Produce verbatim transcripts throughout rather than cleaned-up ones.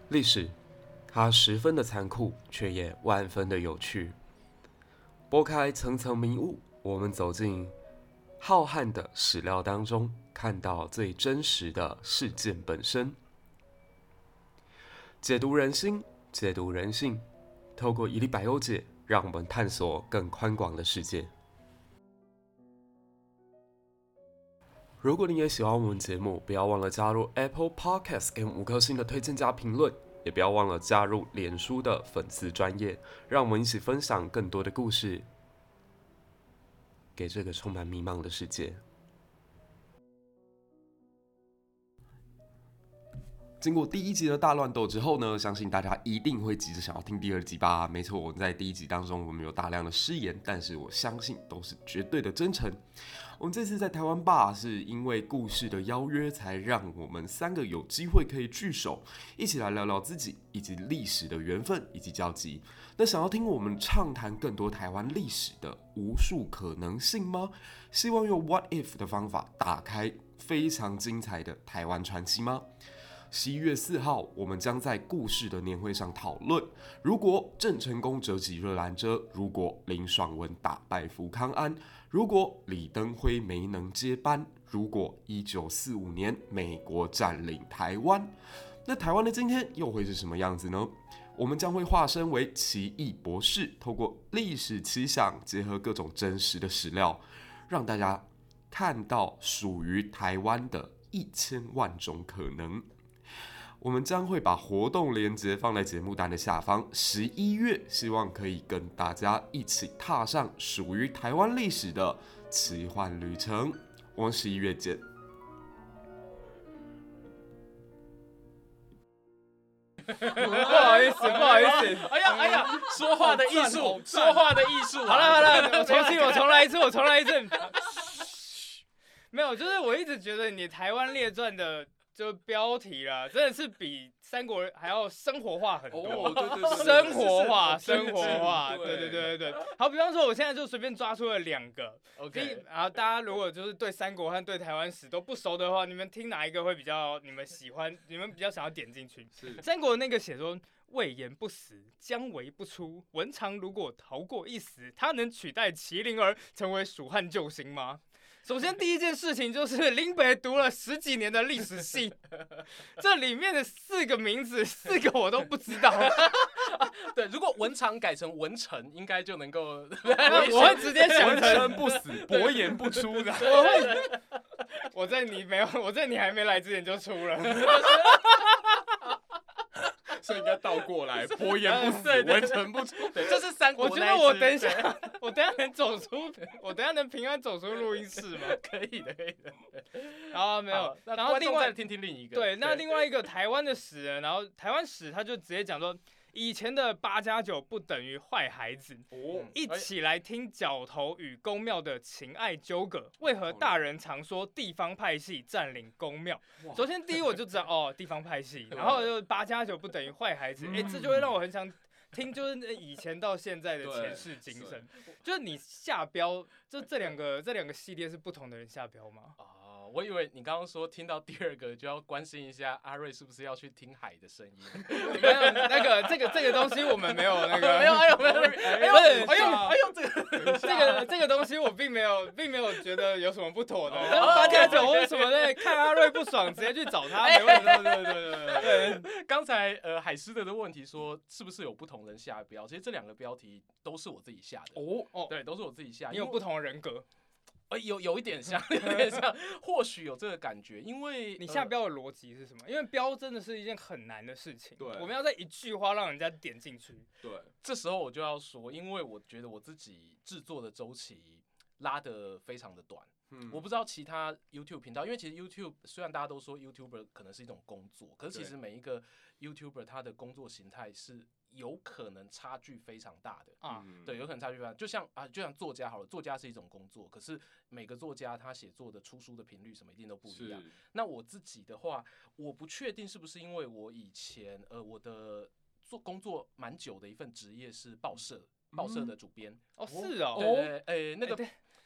历史，它十分的残酷，却也万分的有趣。拨开层层迷雾，我们走进浩瀚的史料当中，看到最真实的事件本身。解读人心，解读人性，透过一粒百忧解，让我们探索更宽广的世界。如果你也喜欢我们节目，不要忘了加入 Apple Podcast 给我们五颗星的推荐加评论，也不要忘了加入脸书的粉丝专页，让我们一起分享更多的故事，给这个充满迷茫的世界。经过第一集的大乱斗之后呢，相信大家一定会急着想要听第二集吧？没错，我们在第一集当中我们有大量的失言，但是我相信都是绝对的真诚。我们这次在台湾吧，是因为故事的邀约，才让我们三个有机会可以聚首，一起来聊聊自己以及历史的缘分以及交集。那想要听我们畅谈更多台湾历史的无数可能性吗？希望用 What If 的方法打开非常精彩的台湾传奇吗？十一月四号，我们将在故事的年会上讨论：如果郑成功折戟热兰遮，如果林爽文打败福康安，如果李登辉没能接班，如果一九四五年美国占领台湾，那台湾的今天又会是什么样子呢？我们将会化身为奇异博士，透过历史奇想，结合各种真实的史料，让大家看到属于台湾的一千万种可能。我们将会把活动连结放在节目单的下方。十一月，希望可以跟大家一起踏上属于台湾历史的奇幻旅程。我们十一月见。 不好意思，不好意思， 哎呀哎呀，说话的艺术，说话的艺术。 好了好了，我重新，我重来一次，我重来一次。没有，就是我一直觉得你《台湾列传》的就标题啦，真的是比三国还要生活化很多。 哦，对对对， 生活化，生活化， 对对对对对对。好，比方说，我现在就随便抓出了两个。 OK， 然后大家如果就是对三国和对台湾史都不熟的话，你们听哪一个会比较你们喜欢？你们比较想要点进去？ 是三国那个写说。魏延不死，姜维不出。文长如果逃过一死，他能取代麒麟儿成为蜀汉救星吗？首先，第一件事情就是林北读了十几年的历史系，这里面的四个名字，四个我都不知道。 对，如果文长改成文成，应该就能够。 我会直接想文成不死，伯言不出的。 我会，我在你没有，我在你还没来之前就出了。 所以应该倒过来，伯言不死，文成不出。 对，这是三国。 我觉得我等一下，我等一下能走出，我等一下能平安走出录音室吗？ 可以的，可以的。 然后没有，然后另外听听另一个。 对，那另外一个台湾的史人，然后台湾史他就直接讲说。以前的八加九不等于坏孩子，哦、一起来听角头与公庙的情爱纠葛。为何大人常说地方派系占领公庙？首先第一我就知道哦，地方派系，然后就八加九不等于坏孩子，哎、欸，这就会让我很想听，就是以前到现在的前世今生，就是你下标，就这两个这两个系列是不同的人下标吗？ 哦，我以为你刚刚说听到第二个就要关心一下阿瑞是不是要去听海的声音？ 没有那个这个这个东西我们没有那个， 没有哎呦没有哎呦哎呦哎呦这个这个这个东西我并没有并没有觉得有什么不妥的。然后八加九或者什么的，看阿瑞不爽直接去找他，没问题。对对对对对。刚才呃海狮的的问题说是不是有不同人下标？其实这两个标题都是我自己下的。哦哦，对，都是我自己下。 你有不同的人格。 呃，有有一点像，有点像，或许有这个感觉，因为你下标的逻辑是什么？因为标真的是一件很难的事情， 对， 我们要在一句话让人家点进去。 对，这时候我就要说，因为我觉得我自己制作的周期拉得非常的短。嗯，我不知道其他 YouTube 频道，因为其实 YouTube 虽然大家都说 YouTuber 可能是一种工作，可是其实每一个 YouTuber 他的工作形态是有可能差距非常大的啊，对，有可能差距非常大。就像啊，就像作家好了，作家是一种工作，可是每个作家他写作的出书的频率什么一定都不一样。那我自己的话，我不确定是不是因为我以前呃我的做工作蛮久的一份职业是报社，报社的主编。 哦，是哦， 对对对，诶那个。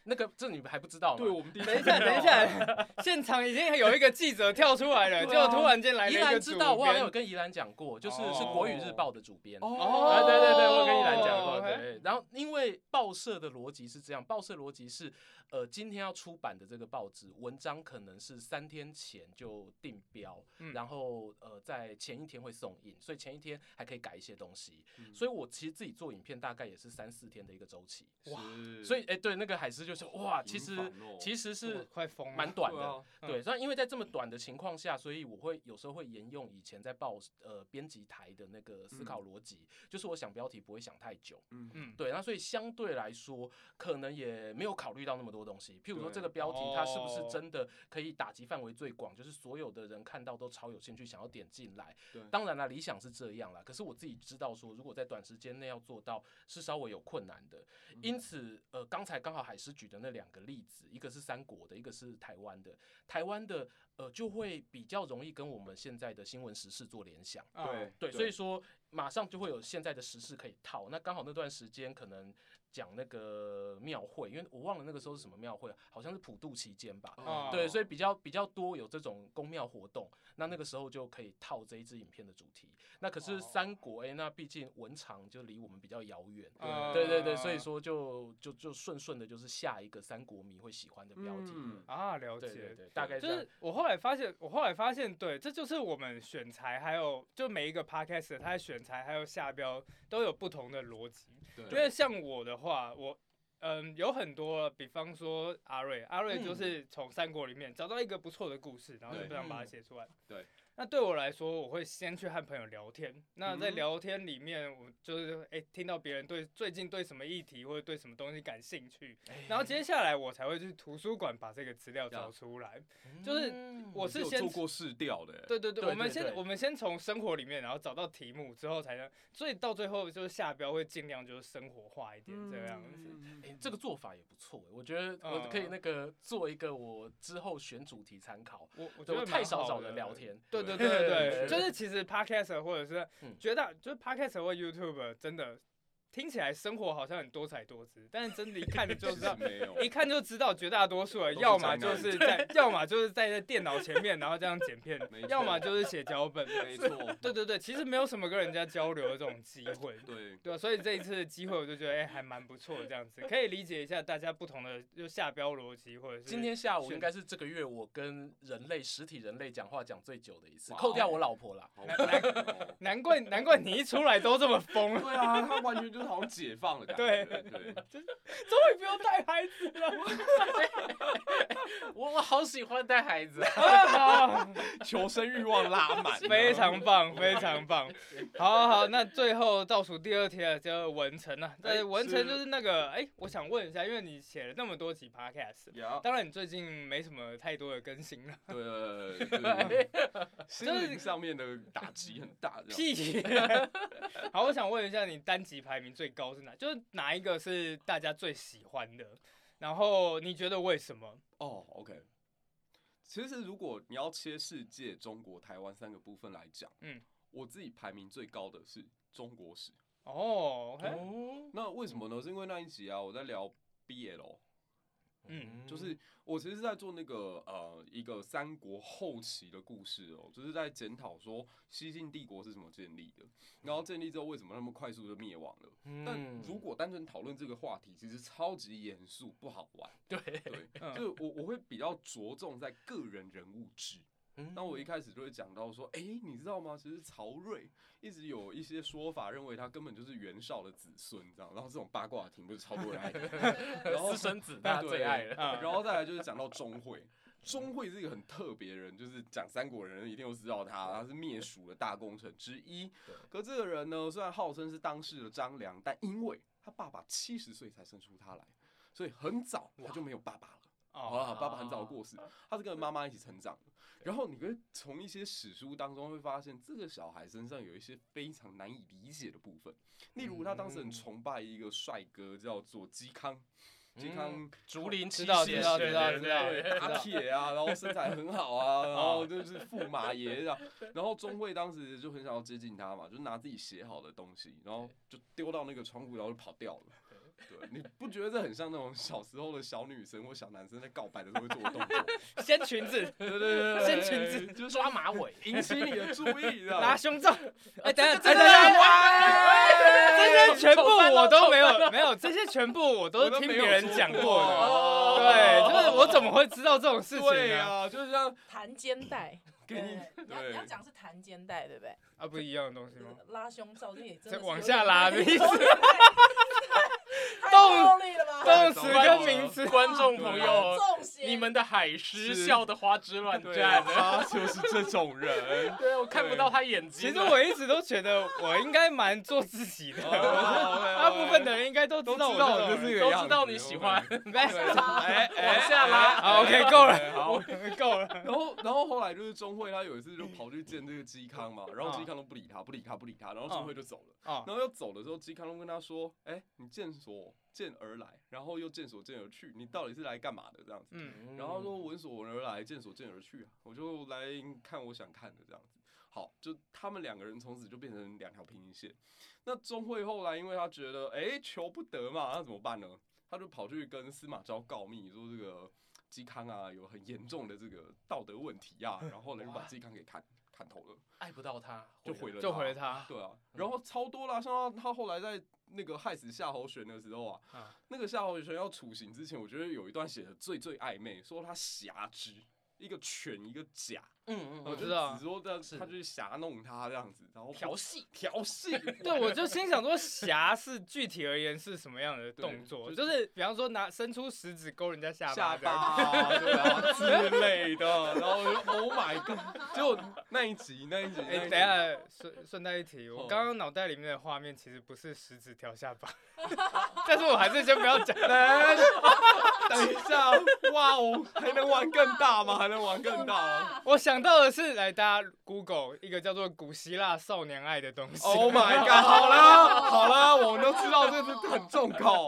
那个这你们还不知道吗？ 对，我们第一等一下，等一下，现场已经有一个记者跳出来了，结果突然间来了一宜个主兰知道，我好像有编。 跟宜兰讲过，就是哦是国语日报的主编。 哦啊，对对对，我有跟宜兰讲过。 哦对，然后因为报社的逻辑是这样，报社逻辑是，呃，今天要出版的这个报纸文章可能是三天前就定标， 嗯然后呃在前一天会送印，所以前一天还可以改一些东西。 嗯所以我其实自己做影片大概也是三四天的一个周期。 哇， 所以哎、对，那个海狮就是哇，其实、 哦、 其实是快疯了， 蛮短的。 对啊对，所以因为在这么短的情况下，所以我会有时候会沿用以前在报呃编辑台的那个思考逻辑，嗯、就是我想标题不会想太久。 嗯嗯， 对，那所以相对来说，可能也没有考虑到那么多东西。譬如说这个标题它是不是真的可以打击范围最广，就是所有的人看到都超有兴趣，想要点进来。当然啦，理想是这样啦，可是我自己知道说，如果在短时间内要做到，是稍微有困难的。因此，呃，刚才刚好海狮举的那两个例子，一个是三国的，一个是台湾的。台湾的呃就会比较容易跟我们现在的新闻时事做联想。 对对，所以说马上就会有现在的时事可以套。那刚好那段时间可能讲那个庙会，因为我忘了那个时候是什么庙会，好像是普渡期间吧。 哦对，所以比较比较多有这种宫庙活动，那那个时候就可以套这一支影片的主题。那可是三国，哎、欸，那毕竟文长就离我们比较遥远。 哦对对对，所以说就就就顺顺的就是下一个三国迷会喜欢的标题。 嗯、啊，了解。 对对对，大概就是我后来发现，我后来发现，对，这就是我们选材，还有就每一个 podcast 它的选材还有下标都有不同的逻辑。因为像我的话，我嗯有很多，比方说阿瑞，阿瑞就是从三国里面找到一个不错的故事，然后就不想把它写出来。 对。 那对我来说，我会先去和朋友聊天。那在聊天里面，我就是哎、欸、听到别人对最近对什么议题或者对什么东西感兴趣，然后接下来我才会去图书馆把这个资料找出来。就是我是先做过试调的。 对对对， 对对对我们先我们先从生活里面，然后找到题目之后才能，所以到最后就是下标会尽量就是生活化一点这个样子。 哎、欸，这个做法也不错，我觉得我可以那个做一个我之后选主题参考。 我我觉得太少找人聊天。 对对对对对，就是其实 podcast 或者是绝大就是 podcast 或 YouTube 真的听起来生活好像很多彩多姿，但是真的一看就知道，一看就知道绝大多数人要么就是在，要么就是在电脑前面，然后这样剪片，要么就是写脚本。 没错， 对对对，其实没有什么跟人家交流的这种机会。 对对，所以这一次的机会，我就觉得哎、欸、还蛮不错的，这样子可以理解一下大家不同的就下标逻辑，或者是今天下午应该是这个月我跟人类实体人类讲话讲最久的一次，扣掉我老婆啦。 难, 难怪难怪你一出来都这么疯。 对啊，他完全就是好像解放了感觉。 对对， 终于不用带孩子了。 我我好喜欢带孩子， 求生欲望拉满， 非常棒，非常棒。好好好，那最后倒数第二天叫文成啊，对，文成就是那个，哎、欸，我想问一下，因为你写了那么多集 podcast， 当然你最近没什么太多的更新了。 对对对，心灵上面的打击很大。 屁！好，我想问一下，你单集排名最高是哪？就是哪一个是大家最喜欢的？然后你觉得为什么？ 哦、oh, ，OK。其实如果你要切世界、中国、台湾三个部分来讲，嗯，我自己排名最高的是中国史。 哦、oh, okay. 那为什么呢？是因为那一集啊，我在聊 B L。 嗯， 就是我其实是在做那个呃一个三国后期的故事哦，就是在检讨说西晋帝国是怎么建立的，然后建立之后为什么那么快速就灭亡了。嗯、但如果单纯讨论这个话题，其实超级严肃，不好玩。 对对，就是我我会比较着重在个人人物志。那我一开始就会讲到说，哎、欸，你知道吗？其实曹睿一直有一些说法，认为他根本就是袁绍的子孙，这样。然后这种八卦题不是超多人爱的， 私生子大家最爱了。 然后再来就是讲到钟会，钟会是一个很特别的人，就是讲三国人一定都知道他，他是灭蜀的大功臣之一。可这个人呢，虽然号称是当世的张良，但因为他爸爸七十岁才生出他来，所以很早他就没有爸爸了。啊，爸爸很早过世，他是跟妈妈一起成长的。然后你会从一些史书当中会发现，这个小孩身上有一些非常难以理解的部分。例如，他当时很崇拜一个帅哥，叫做嵇康。嵇康竹林七贤， 知道知道知道， 对，打铁啊，然后身材很好啊，然后就是驸马爷这样。然后钟会当时就很想要接近他嘛，就拿自己写好的东西，然后就丢到那个窗户，然后就跑掉了。 对，你不觉得这很像那种小时候的小女生或小男生在告白的时候会做的动作？ 掀裙子， 对对对对， 掀裙子， 就是抓马尾， 引起你的注意， 拉胸罩。哎，等下， 这个等下， 哇， 这些全部我都没有，没有，这些全部我都是听别人讲过的。 哦对，就是我怎么会知道这种事情呢？ 对啊，就是像弹肩带， 给你对你要你要讲是弹肩带，对不对？ 啊，不是一样的东西吗？ 拉胸罩这也真的这是往下拉的意思。 太动用力了吧？ 动词跟名词。 观众朋友， 重些你们的海狮是笑得花枝乱对颤。 他就是这种人。 对，我看不到他眼睛。 其实我一直都觉得我应该蛮做自己的，大部分的人应该都知道我都知道我这种人。 就是这个样子都知道你喜欢。 没事， 哎哎， 往下拉好 OK 够了， 好。 够了。 然后，然后后来就是钟慧，他有一次就跑去见这个嵇康嘛，然后嵇康都不理他，不理他，不理他，然后钟慧就走了。 哦然后要走的时候，嵇康都跟他说：“哎，你见所见而来，然后又见所见而去，你到底是来干嘛的？”这样子。 嗯， 然后他说：“闻所闻而来，见所见而去啊，我就来看我想看的这样子。”好，就他们两个人从此就变成两条平行线。那钟慧后来因为他觉得哎求不得嘛，那怎么办呢？他就跑去跟司马昭告密，说这个嵇康啊有很严重的这个道德问题啊，然后后来就把嵇康给砍砍头了， 爱不到他， 就毁了， 就毁了他。 对啊，然后超多啦，像他他后来在那个害死夏侯玄的时候啊， 啊那个夏侯玄要处刑之前，我觉得有一段写的最最暧昧，说他挟之。一个犬一个甲， 嗯嗯， 我知道只说这样，他就是挟弄他这样子，然后调戏调戏， 对，我就心想说，挟是具体而言是什么样的动作？ 对就是比方说拿伸出食指勾人家下巴下这样巴，对啊之类的，然后我就 Oh my God， 结果那一集那一集， 哎、 那一集等一下顺顺带一提，我哦刚刚脑袋里面的画面其实不是食指挑下巴，但是我还是先不要讲。 来等一下，哇哦，还能玩更大吗？还能玩更大吗我想到的是，来大家 Google 一个叫做古希腊少年爱的东西。 ？Oh my God！ 好了好了，我们都知道这是很重口。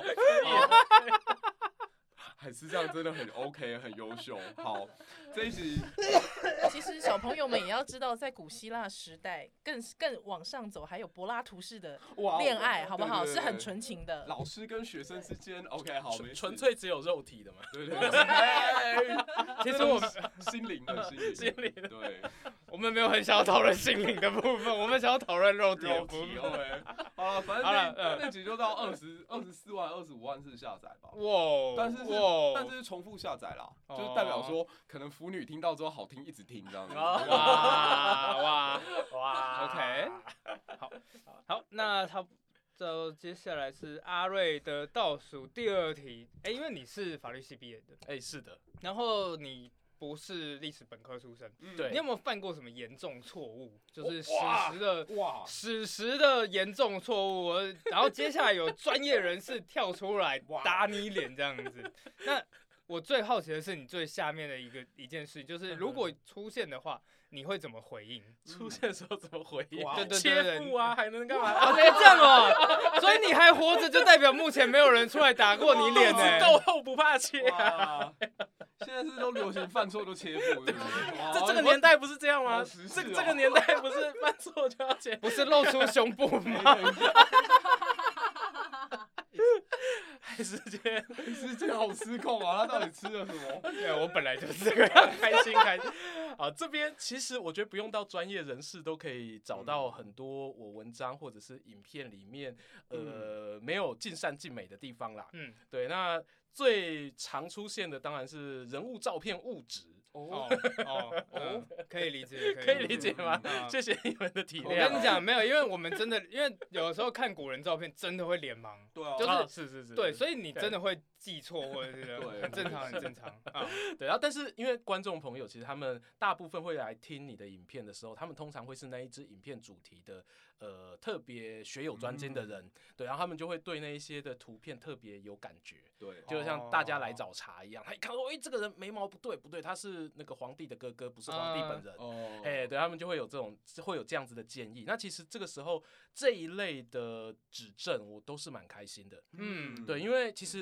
还是这样真的很 OK， 很优秀。好，这一集其实小朋友们也要知道，在古希腊时代，更更往上走，还有柏拉图式的哇恋爱，好不好？ 对对对是很纯情的。 老师跟学生之间 OK 好，没纯事纯粹只有肉体的嘛。 对对对。哎其实我们心灵的心灵， 心灵的对。 我们没有很想要讨论心灵的部分，我们想要讨论肉体的肉体部分。 OK， 好了，反正好了嗯那那集就到二十二十四万、二十五万次下载吧。 哇， 但是是哇， 但是是重复下载啦， 哦就是代表说可能腐女听到之后好听，一直听这样子。 哦哇哇哇 OK 好，好，那他就接下来是阿瑞的倒数第二题。哎、因为你是法律系毕业的， 哎，是的， 然后你不是历史本科出身， 嗯对你有没有犯过什么严重错误？就是史哇实的哇， 史实的严重错误，而然后接下来有专业人士跳出来打你脸这样子。那我最好奇的是你最下面的一个一件事，就是如果出现的话，你会怎么回应？ 出现的时候怎么回应哇？ 对对对切对腹啊，还能干嘛？ 啊，这样哦，所以你还活着，就代表目前没有人出来打过你脸呢、 斗后不怕切啊！ 哇，现在是都流行犯错就切腹，对不对？哇这这个年代不是这样吗？ 好时事哦这这个年代不是犯错就要切？ 不是露出胸部吗？ 还是切？ 是这个好失控啊！他到底吃了什么？ 对，我本来就是这个样子。 开心开心。啊，这边其实我觉得不用到专业人士都可以找到很多我文章或者是影片里面呃没有尽善尽美的地方啦。 嗯， 对，那最常出现的当然是人物照片误植。 哦哦哦，可以理解， 可以理解吗？ 嗯谢谢你们的体我谅。 跟你讲，没有，因为我们真的，因为有的时候看古人照片，真的会脸盲。 对啊， 就是啊是是是， 对，所以你真的会记错，或者是对很正常，很正常啊。 对，然后但是因为观众朋友其实他们大部分会来听你的影片的时候，他们通常会是那一支影片主题的呃特别学有专精的人，对，然后他们就会对那一些的图片特别有感觉， 对， 就像大家来找茬一样，他一看说，哎、这个人眉毛不对不对，他是那个皇帝的哥哥，不是皇帝本人。 哦， 哎、对他们就会有这种会有这样子的建议。那其实这个时候这一类的指正，我都是蛮开心的。 嗯， 对，因为其实维基百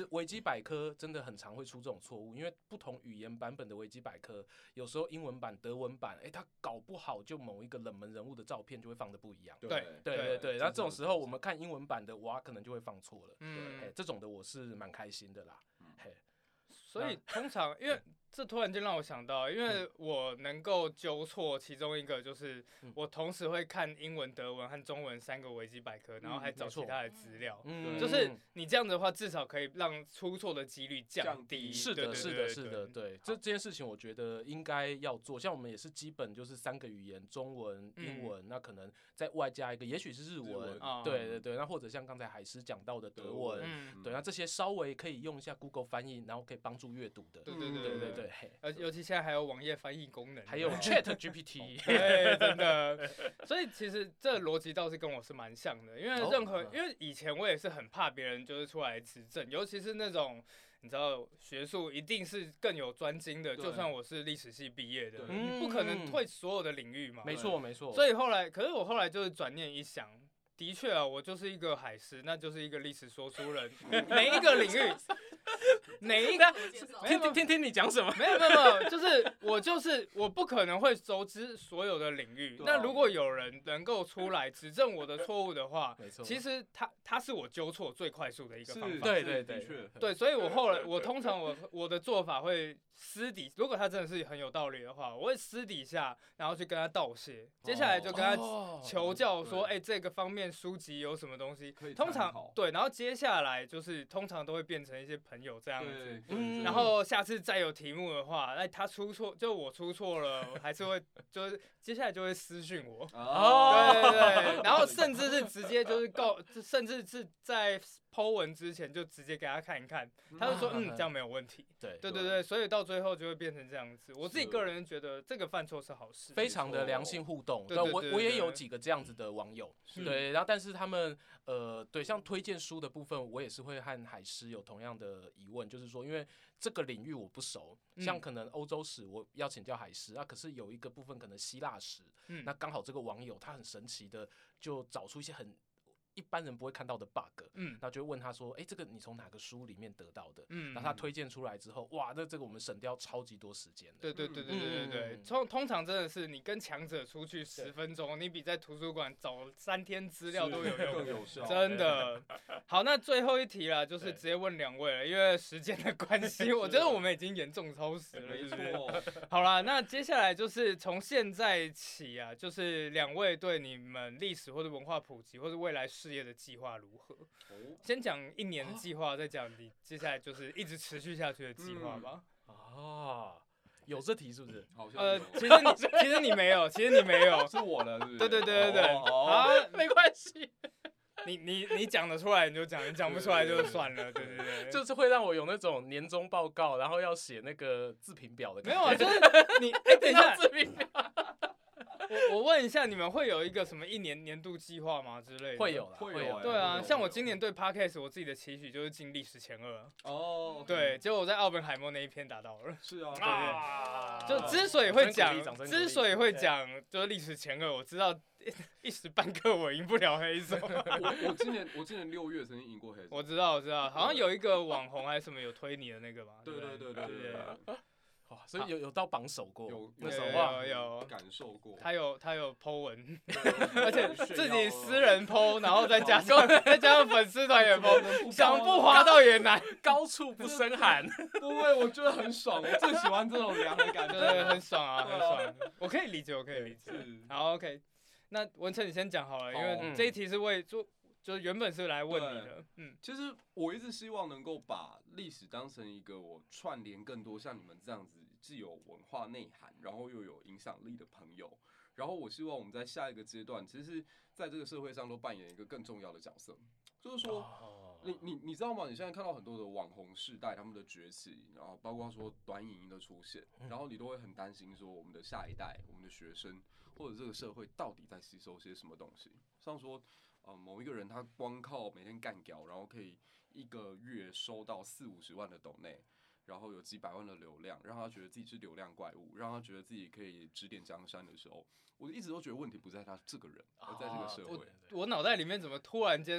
百科真的很常会出这种错误，因为不同语言版本的维基百科，有时候英文版、德文版，哎、欸，它搞不好就某一个冷门人物的照片就会放的不一样。 对对对对，那这种时候我们看英文版的，哇，可能就会放错了。嗯，哎，这种的我是蛮开心的啦。嘿， 所以通常因为。这突然间让我想到，因为我能够纠错其中一个，就是我同时会看英文、德文和中文三个维基百科，然后还找其他的资料。嗯，就是你这样子的话，至少可以让出错的几率降低。 是的，是的，是的，对。这这件事情，我觉得应该要做。像我们也是基本就是三个语言，中文、英文，那可能再外加一个，也许是日文。对对对，那或者像刚才海狮讲到的德文，对，那这些稍微可以用一下 Google 翻译，然后可以帮助阅读的。 对对对对对。 而尤其现在还有网页翻译功能， 还有 Chat G P T， 对，真的。所以其实这逻辑倒是跟我是蛮像的，因为任何，因为以前我也是很怕别人就是出来指正，尤其是那种你知道学术一定是更有专精的，就算我是历史系毕业的，你不可能会所有的领域嘛。 没错没错。 所以后来，可是我后来就是转念一想。的确啊，我就是一个海狮，那就是一个历史说书人。每一个领域，哪一个听听听听你讲什么？ 没有没有没有，就是我就是我不可能会熟知所有的领域。那如果有人能够出来指正我的错误的话，其实他他是我纠错最快速的一个方法。 对对对， 对，所以我后来我通常我我的做法会私底，如果他真的是很有道理的话，我会私底下然后去跟他道谢，接下来就跟他求教说，哎、欸，这个方面。书籍有什么东西？通常对，然后接下来就是通常都会变成一些朋友这样子。嗯，然后下次再有题目的话，哎，他出错，就我出错了，还是会就是接下来就会私讯我。哦，对对对，然后甚至是直接就是告，甚至是在po文之前就直接给他看一看，他就说嗯这样没有问题。对对对对，所以到最后就会变成这样子。我自己个人觉得这个犯错是好事， 非常的良性互动。对，我我也有几个这样子的网友，对，然后但是他们呃对像推荐书的部分，我也是会和海狮有同样的疑问，就是说因为这个领域我不熟，像可能欧洲史我要请教海狮啊，可是有一个部分可能希腊史，那刚好这个网友他很神奇的就找出一些很。一般人不会看到的 bug， 嗯，然后就问他说，哎、欸，这个你从哪个书里面得到的？嗯，然后他推荐出来之后，哇，那这个我们省掉超级多时间的。 对对对对对对对，通、嗯、通常真的是你跟强者出去十分钟，你比在图书馆找三天资料都有用， 更有效， 真的。好，那最后一题啦，就是直接问两位了，因为时间的关系，我觉得我们已经严重超时了， 没错。好啦，那接下来就是从现在起啊，就是两位对你们历史或者文化普及或者未来事业的计划如何？哦、先讲一年的计划，再讲你接下来就是一直持续下去的计划吧。 嗯、啊，有这题是不是？ 好像呃，其实你其实你没有，其实你没有， 是我的，是不是？ 对对对对对， 哦、 啊， 没关系。 你你你讲得出来你就讲，你讲不出来就算了，对对对， 就是会让我有那种年终报告，然后要写那个自评表的感觉。 没有啊，就是你哎、欸，等一下， 自评表。 我我问一下，你们会有一个什么一年年度计划吗之类的？ 会有啦， 会有。 对啊，像我今年对 Podcast 我自己的期许就是进历史前二。 哦， 对，结果我在奥本海默那一篇达到了。 是啊， 对对。就之所以会讲，之所以会讲就是历史前二，我知道一时半刻我赢不了黑手。 我我今年我今年六月曾经赢过黑手。 我知道我知道，好像有一个网红还是什么有推你的那个嘛。 对对对对对。 所以有有到榜首过， 有那时候有有感受过， 他有他有 po 文，而且自己私人 po， 然后再加上再加上粉丝团也 po， 想不滑到也难， 高处不胜寒。 不会，我觉得很爽，我最喜欢这种凉的感觉， 对，很爽啊，很爽。我可以理解，我可以理解。好 ，OK， 那文成你先讲好了，因为这一题是为做。就是原本是来问你的，嗯， 其实我一直希望能够把历史当成一个我串联更多像你们这样子既有文化内涵，然后又有影响力的朋友，然后我希望我们在下一个阶段，其实在这个社会上都扮演一个更重要的角色，就是说，你你你知道吗？你现在看到很多的网红世代他们的崛起，然后包括说短影音的出现，然后你都会很担心说我们的下一代、我们的学生或者这个社会到底在吸收些什么东西，像说。呃，某一个人他光靠每天干屌，然后可以一个月收到四五十万的斗内，然后有几百万的流量，让他觉得自己是流量怪物，让他觉得自己可以指点江山的时候，我一直都觉得问题不在他这个人，而在这个社会。 我我脑袋里面怎么突然间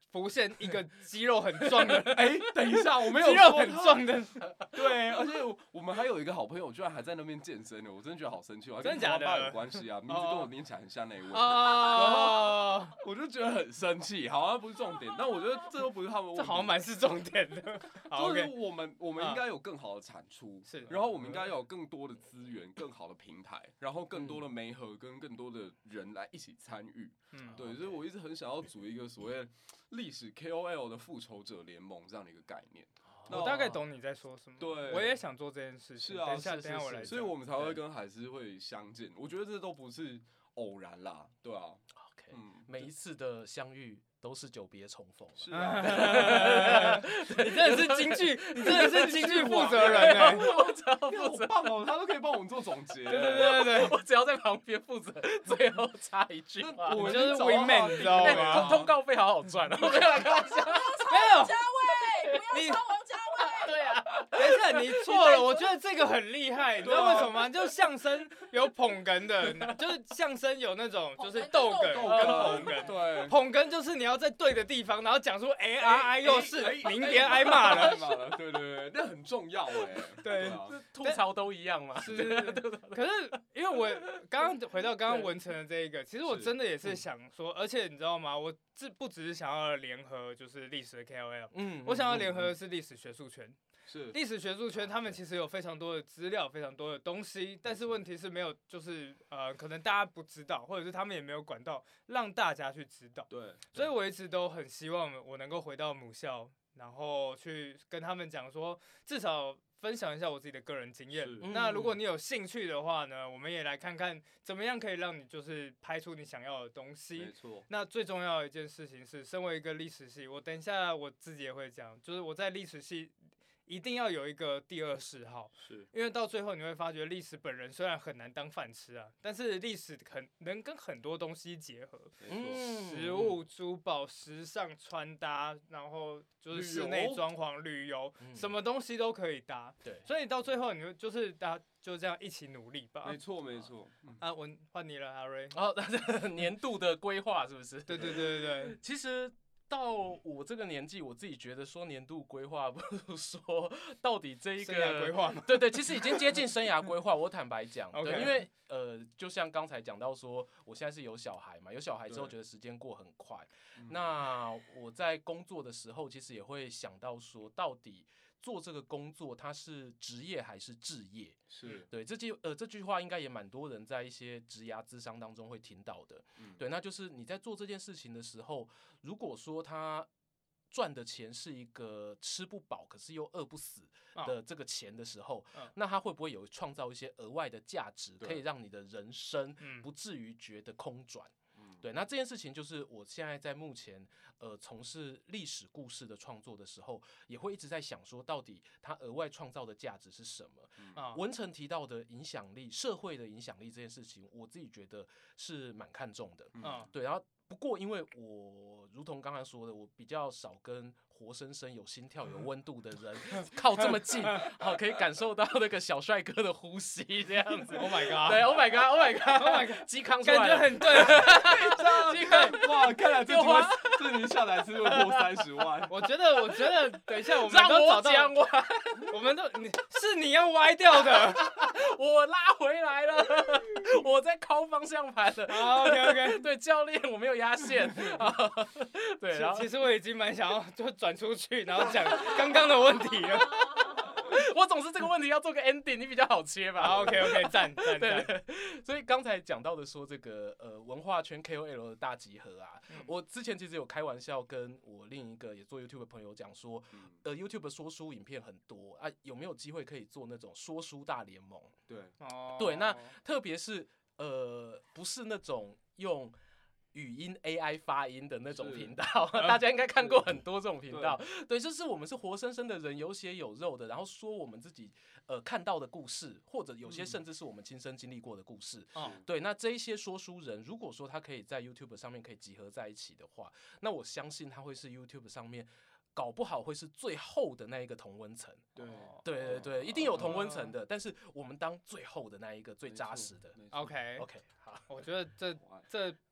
浮现一个肌肉很壮的， 哎、欸，等一下，我没有肌肉很壮的， 对，而且我们还有一个好朋友，居然还在那边健身呢，我真的觉得好生气， 真的假的？ 跟有关系啊，名字跟我念起来很像那一位， 哦， 我就觉得很生气。好像不是重点，但我觉得这都不是他们问题， 这好像蛮是重点的。好就是 ，OK， 我们我们应该有更好的产出， 是， 然后我们应该要有更多的资源、更好的平台，然后更多的媒合跟更多的人来一起参与。嗯，对，所以我一直很想要组一个所谓历史 K O L 的复仇者联盟这样的一个概念。 我大概懂你在说什么。 对， 我也想做这件事情。 是啊， 等一下，等一下我来。 所以我们才会跟海狮会相见。我觉得这都不是偶然啦，对啊。 OK，嗯，每一次的相遇都是久别重逢。 是啊， 你真的是京剧，你真的是京剧负责人哎， 负责负责棒哦，他都可以帮我们做总结。 对对对对， 我只要在旁边负责最后插一句话， 我就是 wingman， 你知道吗？ 通告费好好赚哦，没有来开玩笑， 没有。 嘉伟，不要抄王家卫。 对啊， 等一下，你错了，我觉得这个很厉害，你知道为什么吗？就是相声有捧哏的，就是相声有那种就是逗哏跟捧哏， 对， 捧哏就是你要在对的地方，然后讲出哎啊哎又是，您别挨骂了， 对对对，那很重要哎， 对， 吐槽都一样嘛， 是是是。可是因为我刚刚回到刚刚文成的这一个，其实我真的也是想说，而且你知道吗？我这不只是想要联合就是历史的 K O L， 嗯，我想要联合的是历史学术圈。 是历史学术圈，他们其实有非常多的资料，非常多的东西，但是问题是没有，就是呃，可能大家不知道，或者是他们也没有管道让大家去知道。 对， 所以我一直都很希望我能够回到母校，然后去跟他们讲说，至少分享一下我自己的个人经验。那如果你有兴趣的话呢，我们也来看看怎么样可以让你就是拍出你想要的东西。 没错。 那最重要的一件事情是，身为一个历史系，我等一下我自己也会讲，就是我在历史系。一定要有一个第二嗜好， 是因为到最后你会发觉，历史本人虽然很难当饭吃啊，但是历史很能跟很多东西结合， 嗯， 食物、珠宝、时尚、穿搭，然后就是室内装潢、旅游，什么东西都可以搭。 对， 所以到最后，你就是大家就这样一起努力吧。 没错，没错。 啊，我换你了，阿瑞。 哦，年度的规划是不是？ 对对对对对， 其实。到我这个年纪，我自己觉得说年度规划，不如说到底这一个生涯规划， 对对，其实已经接近生涯规划。我坦白讲， okay. 对，因为呃，就像刚才讲到说，我现在是有小孩嘛，有小孩之后觉得时间过很快。那我在工作的时候，其实也会想到说，到底做这个工作，它是职业还是志业？ 是对这句呃这句话，应该也蛮多人在一些职涯咨商当中会听到的。嗯、对，那就是你在做这件事情的时候，如果说他赚的钱是一个吃不饱可是又饿不死的这个钱的时候，哦、那他会不会有创造一些额外的价值，可以让你的人生不至于觉得空转？对，那这件事情就是我现在在目前呃从事历史故事的创作的时候，也会一直在想说，到底它额外创造的价值是什么？嗯、文成提到的影响力、社会的影响力这件事情，我自己觉得是蛮看重的。嗯，对，然后不过因为我如同刚才说的，我比较少跟活生生有心跳、有温度的人靠这么近，好可以感受到那个小帅哥的呼吸这样子。 Oh my god！ 对 ，Oh my god！Oh my god！Oh my god！ 鸡康出来了， 感觉很对。 鸡康哇，看来这集这集下来是会破三十万。 我觉得，我觉得，等一下我们让我都找到， 讲完， 我们都你是你要歪掉的， 我拉回来了，我在靠方向盘了。 好 ，OK OK， 对，教练我没有压线。对，然后其实我已经蛮想要就转出去，然后讲刚刚的问题了。 我总是这个问题要做个 ending， 你比较好切吧。 好 ，OK OK， 赞赞赞。所以刚才讲到的说这个呃文化圈 K O L 的大集合啊，嗯、我之前其实有开玩笑跟我另一个也做 YouTube 的朋友讲说，嗯、呃 YouTube 说书影片很多啊，有没有机会可以做那种说书大联盟？ 对， 哦， 对，那特别是呃不是那种用语音 A I 发音的那种频道，大家应该看过很多这种频道。对，就是我们是活生生的人，有血有肉的，然后说我们自己呃看到的故事，或者有些甚至是我们亲身经历过的故事。嗯、对，那这一些说书人，如果说他可以在 YouTube 上面可以集合在一起的话，那我相信他会是 YouTube 上面。搞不好会是最后的那一个同温层， 对对对对，一定有同温层的，但是我们当最后的那一个最扎实的。 OK OK， 好， 我觉得这这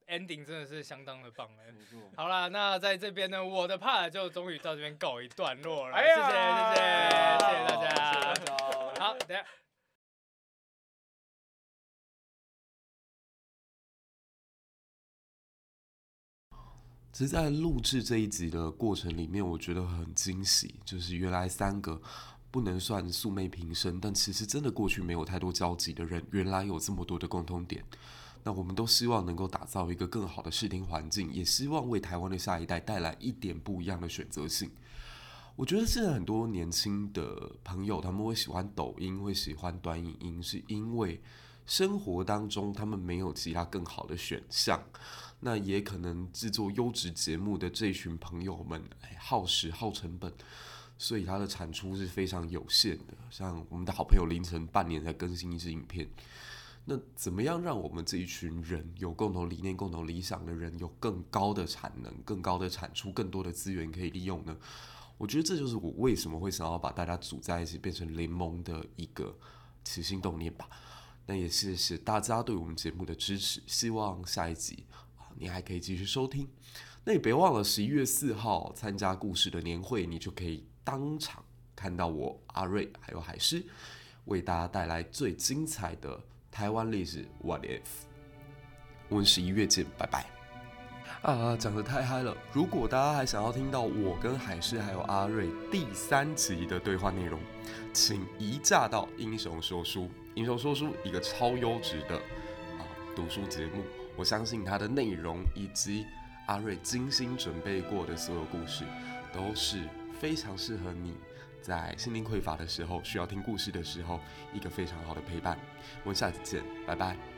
ending 真的是相当的棒哎。 没错。 好啦，那在这边呢，我的 part 就终于到这边告一段落了。 哎谢谢呀谢谢谢谢大谢家。 谢大家。 好，等一下。 其实，在录制这一集的过程里面，我觉得很惊喜，就是原来三个不能算素昧平生，但其实真的过去没有太多交集的人，原来有这么多的共通点。那我们都希望能够打造一个更好的视听环境，也希望为台湾的下一代带来一点不一样的选择性。我觉得现在很多年轻的朋友，他们会喜欢抖音，会喜欢短影音，是因为生活当中他们没有其他更好的选项。那也可能制作优质节目的这群朋友们，哎，耗时耗成本，所以它的产出是非常有限的。像我们的好朋友凌晨半年才更新一支影片，那怎么样让我们这一群人有共同理念、共同理想的人，有更高的产能、更高的产出、更多的资源可以利用呢？我觉得这就是我为什么会想要把大家组在一起，变成联盟的一个起心动念吧。那也谢谢大家对我们节目的支持，希望下一集你还可以继续收听。那也别忘了十一月四号参加故事的年会，你就可以当场看到我阿瑞还有海狮为大家带来最精彩的台湾历史 What If。我们十一月见，拜拜。啊，讲得太嗨了！如果大家还想要听到我跟海狮还有阿瑞第三集的对话内容，请移驾到英雄说书。英雄说书一个超优质的啊读书节目。我相信它的内容以及阿瑞精心准备过的所有故事，都是非常适合你在心灵匮乏的时候，需要听故事的时候，一个非常好的陪伴。我们下次见，拜拜。